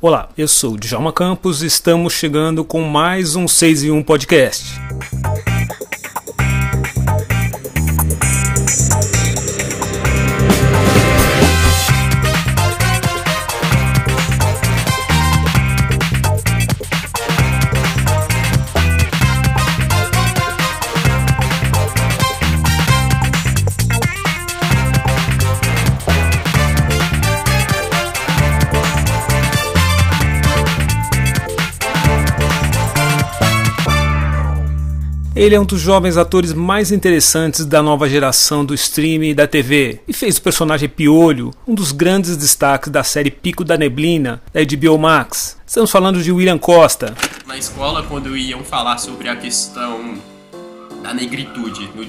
Olá, eu sou o Djalma Campos e estamos chegando com mais um 6 em 1 podcast. Ele é um dos jovens atores mais interessantes da nova geração do streaming e da TV, e fez o personagem Piolho, um dos grandes destaques da série Pico da Neblina, da HBO Max. Estamos falando de William Costa. Na escola, quando iam falar sobre a questão da negritude, no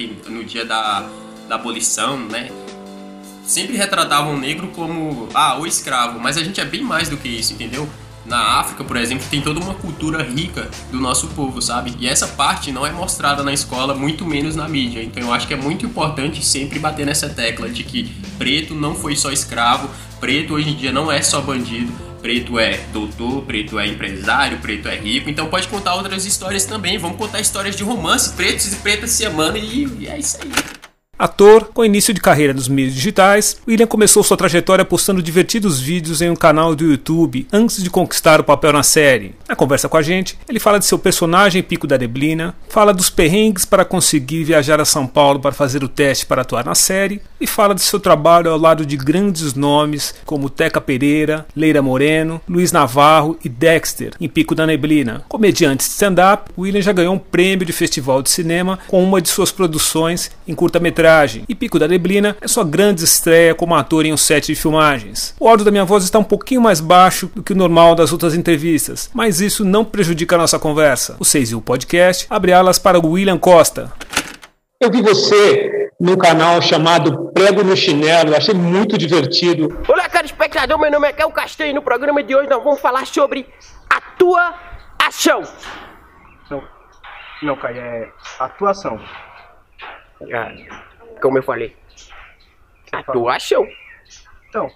dia da abolição, né? Sempre retratavam o negro como, o escravo, mas a gente é bem mais do que isso, entendeu? Na África, por exemplo, tem toda uma cultura rica do nosso povo, sabe? E essa parte não é mostrada na escola, muito menos na mídia. Então eu acho que é muito importante sempre bater nessa tecla de que preto não foi só escravo, preto hoje em dia não é só bandido, preto é doutor, preto é empresário, preto é rico. Então pode contar outras histórias também. Vamos contar histórias de romance, pretos e pretas se amando e é isso aí. Ator, com início de carreira nos meios digitais, William começou sua trajetória postando divertidos vídeos em um canal do YouTube antes de conquistar o papel na série. Na conversa com a gente, ele fala de seu personagem Pico da Neblina, fala dos perrengues para conseguir viajar a São Paulo para fazer o teste para atuar na série e fala de seu trabalho ao lado de grandes nomes como Teca Pereira, Leira Moreno, Luiz Navarro e Dexter em Pico da Neblina. Comediante de stand-up, William já ganhou um prêmio de festival de cinema com uma de suas produções em curta-metragem. E Pico da Neblina é sua grande estreia como ator em um set de filmagens. O áudio da minha voz está um pouquinho mais baixo do que o normal das outras entrevistas, mas isso não prejudica a nossa conversa. O 6 em 1 podcast abre alas para o William Costa. Eu vi você no canal chamado Prego no Chinelo, achei muito divertido. Olá, caro espectador, meu nome é Cal Castanho e no programa de hoje nós vamos falar sobre atuação. Não, Caio, é atuação. Como eu falei, atuação. Então.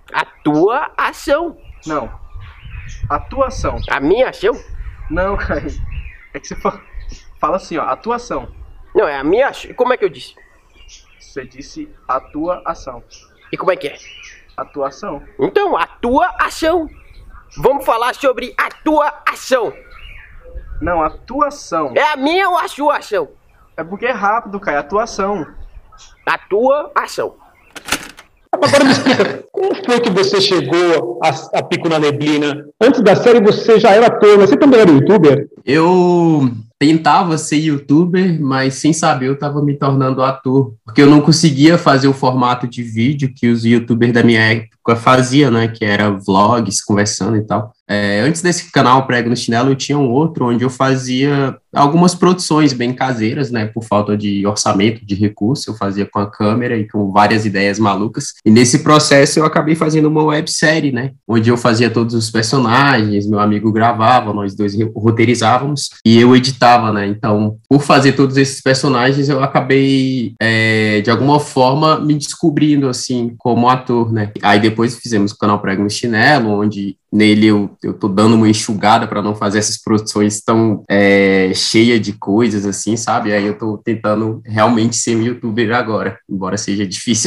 Atuação. Não. Atuação. A minha ação? Não, Caio. É que você fala assim, ó, atuação. Não, é a minha ação. Como é que eu disse? Você disse atuação. E como é que é? Atuação. Então, atuação. Vamos falar sobre atuação. Não, atuação. É a minha ou a sua ação? É porque é rápido, Caio. Atuação. Atuação. Agora me explica, como foi que você chegou a Pico na Neblina? Antes da série você já era ator, mas você também era youtuber? Eu tentava ser youtuber, mas sem saber eu estava me tornando ator, porque eu não conseguia fazer o formato de vídeo que os youtubers da minha época faziam, né, que era vlogs, conversando e tal. Antes desse canal Prego no Chinelo, eu tinha um outro onde eu fazia algumas produções bem caseiras, né, por falta de orçamento, de recurso, eu fazia com a câmera e com várias ideias malucas, e nesse processo eu acabei fazendo uma websérie, né, onde eu fazia todos os personagens, meu amigo gravava, nós dois roteirizávamos, e eu editava, né, então, por fazer todos esses personagens, eu acabei, de alguma forma, me descobrindo, assim, como ator, né, aí depois fizemos o canal Prego no Chinelo, onde nele eu tô dando uma enxugada para não fazer essas produções tão cheias de coisas, assim, sabe? Aí eu tô tentando realmente ser um youtuber agora, embora seja difícil.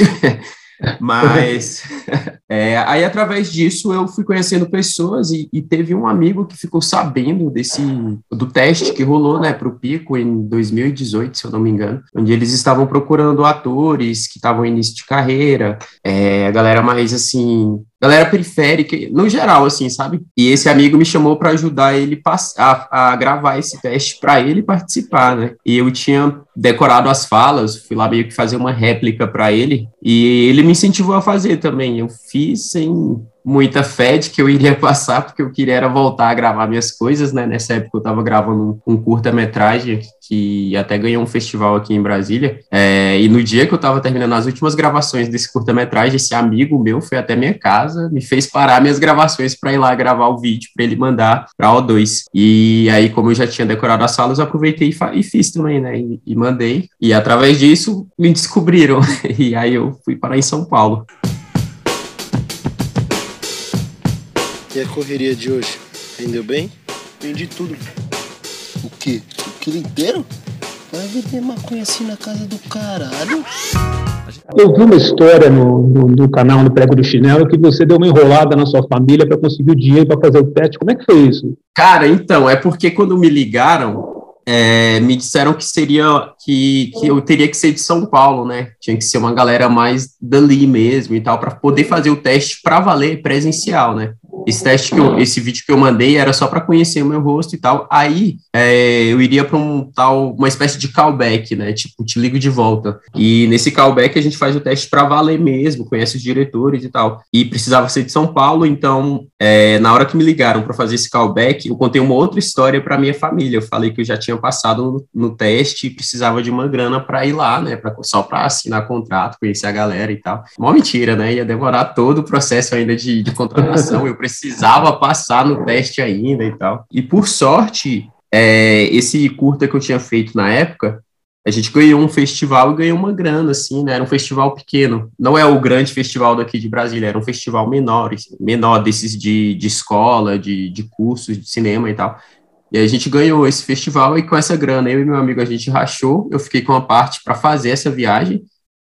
Mas aí através disso eu fui conhecendo pessoas e teve um amigo que ficou sabendo do teste que rolou, né, pro Pico em 2018, se eu não me engano, onde eles estavam procurando atores que estavam em início de carreira, a galera mais assim, galera periférica, no geral, assim, sabe? E esse amigo me chamou para ajudar ele a gravar esse teste para ele participar, né? E eu tinha decorado as falas, fui lá meio que fazer uma réplica para ele, e ele me incentivou a fazer também. Eu fiz sem muita fé de que eu iria passar, porque eu queria era voltar a gravar minhas coisas, né? Nessa época eu estava gravando um curta-metragem que até ganhou um festival aqui em Brasília, e no dia que eu estava terminando as últimas gravações desse curta-metragem, esse amigo meu foi até minha casa, me fez parar minhas gravações para ir lá gravar o vídeo para ele mandar para O2. E aí, como eu já tinha decorado as salas, eu aproveitei e fiz também, né? E mandei. E através disso, me descobriram. E aí eu fui parar em São Paulo. E a correria de hoje? Rendeu bem? Vendi tudo. O quê? O quilo inteiro? Vai vender maconha assim na casa do caralho? Eu vi uma história no canal, no Prego do Chinelo, que você deu uma enrolada na sua família para conseguir o dinheiro para fazer o teste. Como é que foi isso? Cara, então, é porque quando me ligaram, me disseram que seria que eu teria que ser de São Paulo, né? Tinha que ser uma galera mais dali mesmo e tal, para poder fazer o teste para valer presencial, né? Esse vídeo que eu mandei era só para conhecer o meu rosto e tal. Aí eu iria para uma espécie de callback, né? Tipo, te ligo de volta. E nesse callback a gente faz o teste para valer mesmo, conhece os diretores e tal. E precisava ser de São Paulo, então na hora que me ligaram para fazer esse callback, eu contei uma outra história para minha família. Eu falei que eu já tinha passado no teste e precisava de uma grana para ir lá, né? Só para assinar contrato, conhecer a galera e tal. Mó mentira, né? Ia demorar todo o processo ainda de contratação. Eu precisava passar no teste ainda e tal. E por sorte, esse curta que eu tinha feito na época, a gente ganhou um festival e ganhou uma grana, assim, né? Era um festival pequeno. Não é o grande festival daqui de Brasília, era um festival menor desses de escola, de cursos de cinema e tal. E a gente ganhou esse festival e com essa grana, eu e meu amigo, a gente rachou. Eu fiquei com uma parte para fazer essa viagem.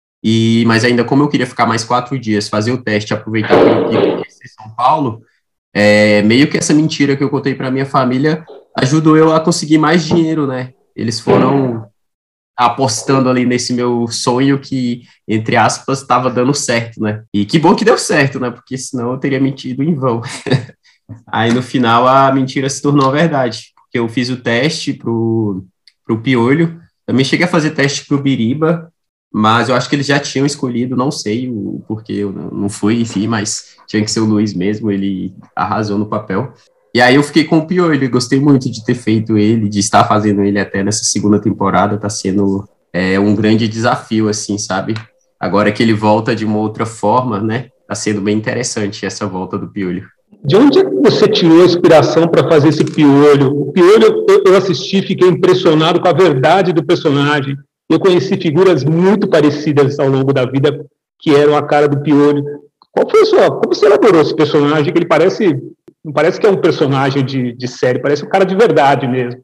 Mas ainda como eu queria ficar mais 4 dias, fazer o teste, aproveitar que eu queria conhecer São Paulo, meio que essa mentira que eu contei para minha família ajudou eu a conseguir mais dinheiro, né? Eles foram apostando ali nesse meu sonho que, entre aspas, estava dando certo, né? E que bom que deu certo, né? Porque senão eu teria mentido em vão. Aí, no final, a mentira se tornou verdade, porque eu fiz o teste pro Piolho, também cheguei a fazer teste pro Biriba, mas eu acho que eles já tinham escolhido, não sei o porquê, eu não fui, enfim, mas tinha que ser o Luiz mesmo, ele arrasou no papel. E aí eu fiquei com o Piolho, gostei muito de ter feito ele, de estar fazendo ele até nessa segunda temporada, tá sendo um grande desafio, assim, sabe? Agora que ele volta de uma outra forma, né, tá sendo bem interessante essa volta do Piolho. De onde é que você tirou a inspiração para fazer esse Piolho? O Piolho, eu assisti, fiquei impressionado com a verdade do personagem. Eu conheci figuras muito parecidas ao longo da vida, que eram a cara do Piolho. Como você elaborou esse personagem, que ele não parece que é um personagem de série, parece um cara de verdade mesmo.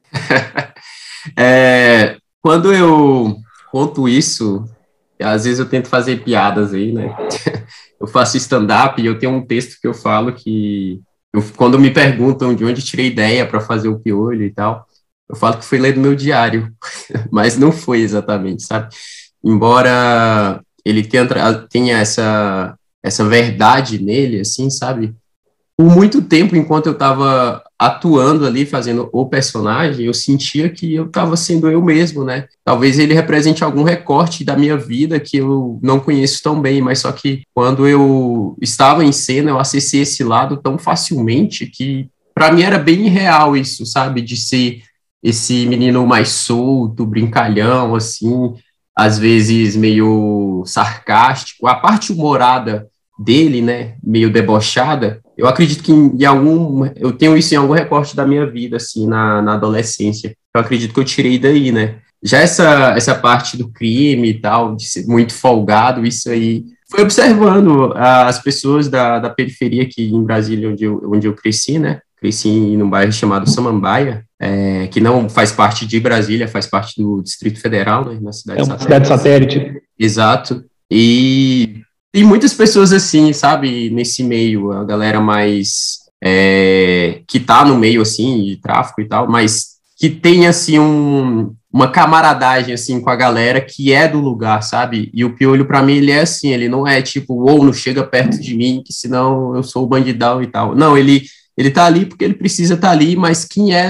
Quando eu conto isso, às vezes eu tento fazer piadas aí, né? Eu faço stand-up e eu tenho um texto que eu falo que, quando me perguntam de onde tirei ideia para fazer o Piolho e tal, eu falo que foi ler do meu diário, mas não foi exatamente, sabe? Embora ele tenha essa verdade nele, assim, sabe? Por muito tempo, enquanto eu estava atuando ali, fazendo o personagem, eu sentia que eu estava sendo eu mesmo, né? Talvez ele represente algum recorte da minha vida que eu não conheço tão bem, mas só que quando eu estava em cena, eu acessei esse lado tão facilmente que, para mim, era bem real isso, sabe? De ser esse menino mais solto, brincalhão, assim, às vezes meio sarcástico. A parte humorada dele, né, meio debochada, eu acredito que eu tenho isso em algum recorte da minha vida, assim, na adolescência. Eu acredito que eu tirei daí, né. Já essa parte do crime e tal, de ser muito folgado, isso aí, fui observando as pessoas da periferia aqui em Brasília, onde eu cresci, né, cresci num bairro chamado Samambaia, que não faz parte de Brasília, faz parte do Distrito Federal, né, na cidade satélite. Cidade satélite. Exato. E tem muitas pessoas assim, sabe, nesse meio, a galera mais que tá no meio, assim, de tráfico e tal, mas que tem, assim, uma camaradagem, assim, com a galera que é do lugar, sabe? E o Piolho, pra mim, ele é assim, ele não é tipo, não chega perto de mim, que senão eu sou o bandidão e tal. Não, ele tá ali porque ele precisa estar ali, mas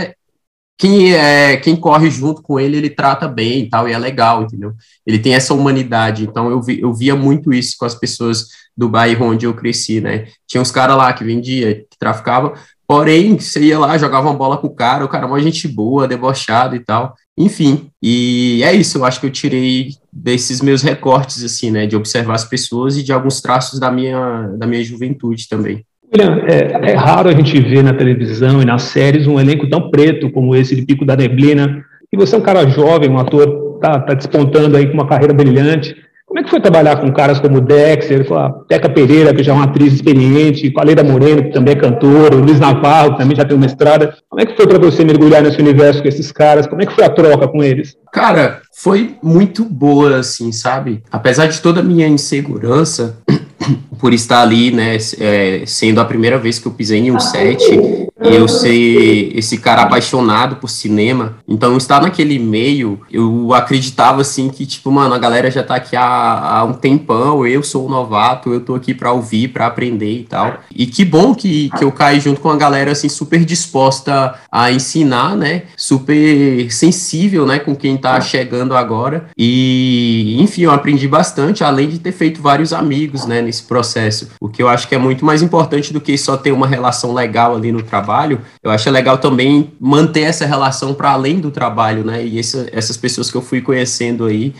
quem corre junto com ele trata bem e tal, e é legal, entendeu? Ele tem essa humanidade, então eu via muito isso com as pessoas do bairro onde eu cresci, né? Tinha uns caras lá que vendia, que traficava, porém, você ia lá, jogava uma bola com o cara uma gente boa, debochado e tal, enfim, e é isso, eu acho que eu tirei desses meus recortes, assim, né, de observar as pessoas e de alguns traços da minha juventude também. William, é raro a gente ver na televisão e nas séries um elenco tão preto como esse de Pico da Neblina, e você é um cara jovem, um ator, tá despontando aí com uma carreira brilhante. Como é que foi trabalhar com caras como o Dexter, a Teca Pereira, que já é uma atriz experiente, com a Leila Moreno, que também é cantora, o Luiz Navarro, que também já tem uma estrada. Como é que foi para você mergulhar nesse universo com esses caras? Como é que foi a troca com eles? Cara, foi muito boa, assim, sabe? Apesar de toda a minha insegurança, por estar ali, né, sendo a primeira vez que eu pisei em um set, e eu ser esse cara apaixonado por cinema, então estar naquele meio, eu acreditava, assim, que, tipo, mano, a galera já tá aqui há um tempão, eu sou um novato, eu tô aqui pra ouvir, pra aprender e tal, e que bom que eu caí junto com a galera, assim, super disposta a ensinar, né, super sensível, né, com quem tá chegando agora, e, enfim, eu aprendi bastante, além de ter feito vários amigos, né, nesse processo, o que eu acho que é muito mais importante do que só ter uma relação legal ali no trabalho. Eu acho legal também manter essa relação para além do trabalho, né, e essas pessoas que eu fui conhecendo aí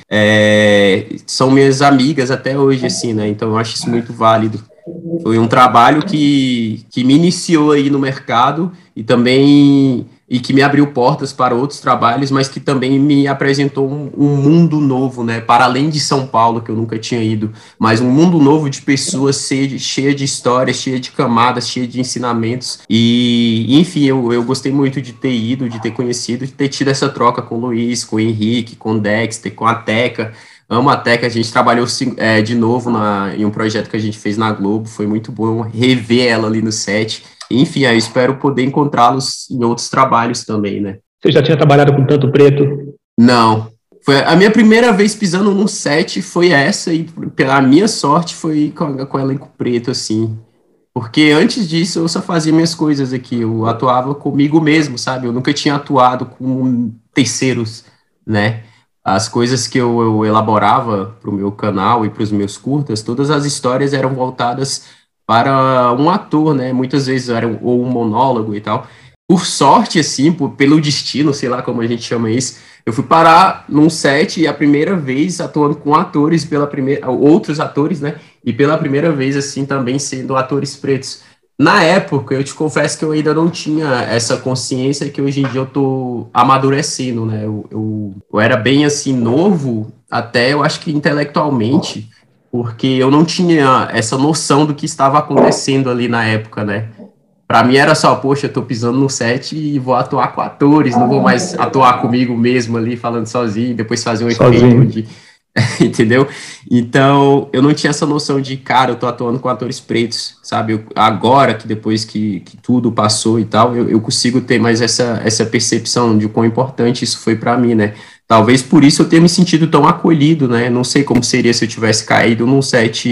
são minhas amigas até hoje, assim, né, então eu acho isso muito válido. Foi um trabalho que me iniciou aí no mercado e também que me abriu portas para outros trabalhos, mas que também me apresentou um mundo novo, né, para além de São Paulo, que eu nunca tinha ido, mas um mundo novo de pessoas cheia de histórias, cheia de camadas, cheia de ensinamentos, e enfim, eu gostei muito de ter ido, de ter conhecido, de ter tido essa troca com o Luiz, com o Henrique, com o Dexter, com a Teca. Amo a Teca, a gente trabalhou de novo em um projeto que a gente fez na Globo, foi muito bom rever ela ali no set. Enfim, eu espero poder encontrá-los em outros trabalhos também, né? Você já tinha trabalhado com Tanto Preto? Não. Foi a minha primeira vez pisando num set foi essa, e pela minha sorte foi com o elenco preto, assim. Porque antes disso eu só fazia minhas coisas aqui, eu atuava comigo mesmo, sabe? Eu nunca tinha atuado com terceiros, né? As coisas que eu elaborava para o meu canal e para os meus curtas, todas as histórias eram voltadas para um ator, né? Muitas vezes era ou um monólogo e tal. Por sorte, assim, pelo destino, sei lá como a gente chama isso, eu fui parar num set e a primeira vez atuando com atores, outros atores, né? E pela primeira vez, assim, também sendo atores pretos. Na época, eu te confesso que eu ainda não tinha essa consciência que hoje em dia eu tô amadurecendo, né? Eu era bem, assim, novo, até eu acho que intelectualmente, porque eu não tinha essa noção do que estava acontecendo ali na época, né? Pra mim era só, poxa, eu tô pisando no set e vou atuar com atores, não vou mais atuar comigo mesmo ali, falando sozinho, depois fazer um efeito de... Entendeu? Então, eu não tinha essa noção de, cara, eu tô atuando com atores pretos, sabe? Agora, que depois que tudo passou e tal, eu consigo ter mais essa percepção de quão importante isso foi pra mim, né? Talvez por isso eu tenha me sentido tão acolhido, né? Não sei como seria se eu tivesse caído num set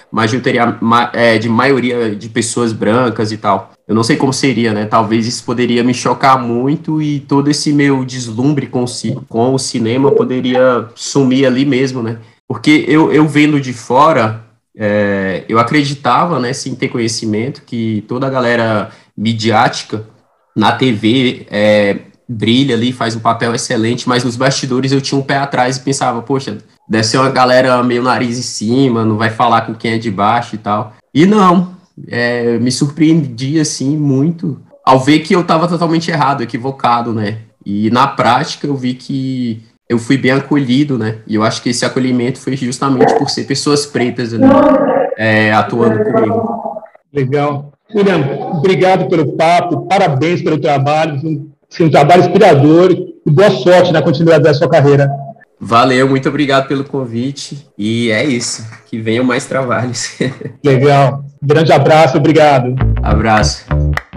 de maioria de pessoas brancas e tal. Eu não sei como seria, né? Talvez isso poderia me chocar muito e todo esse meu deslumbre com o cinema poderia sumir ali mesmo, né? Porque eu vendo de fora, eu acreditava, né, sem ter conhecimento, que toda a galera midiática na TV brilha ali, faz um papel excelente, mas nos bastidores eu tinha um pé atrás e pensava, poxa, deve ser uma galera meio nariz em cima, não vai falar com quem é de baixo e tal. E não, me surpreendi, assim, muito, ao ver que eu estava totalmente errado, equivocado, né? E na prática eu vi que eu fui bem acolhido, né? E eu acho que esse acolhimento foi justamente por ser pessoas pretas ali, atuando comigo. Legal. William, obrigado pelo papo, parabéns pelo trabalho, um trabalho inspirador e boa sorte na continuidade da sua carreira. Valeu, muito obrigado pelo convite e é isso, que venham mais trabalhos. Legal, grande abraço, obrigado. Abraço.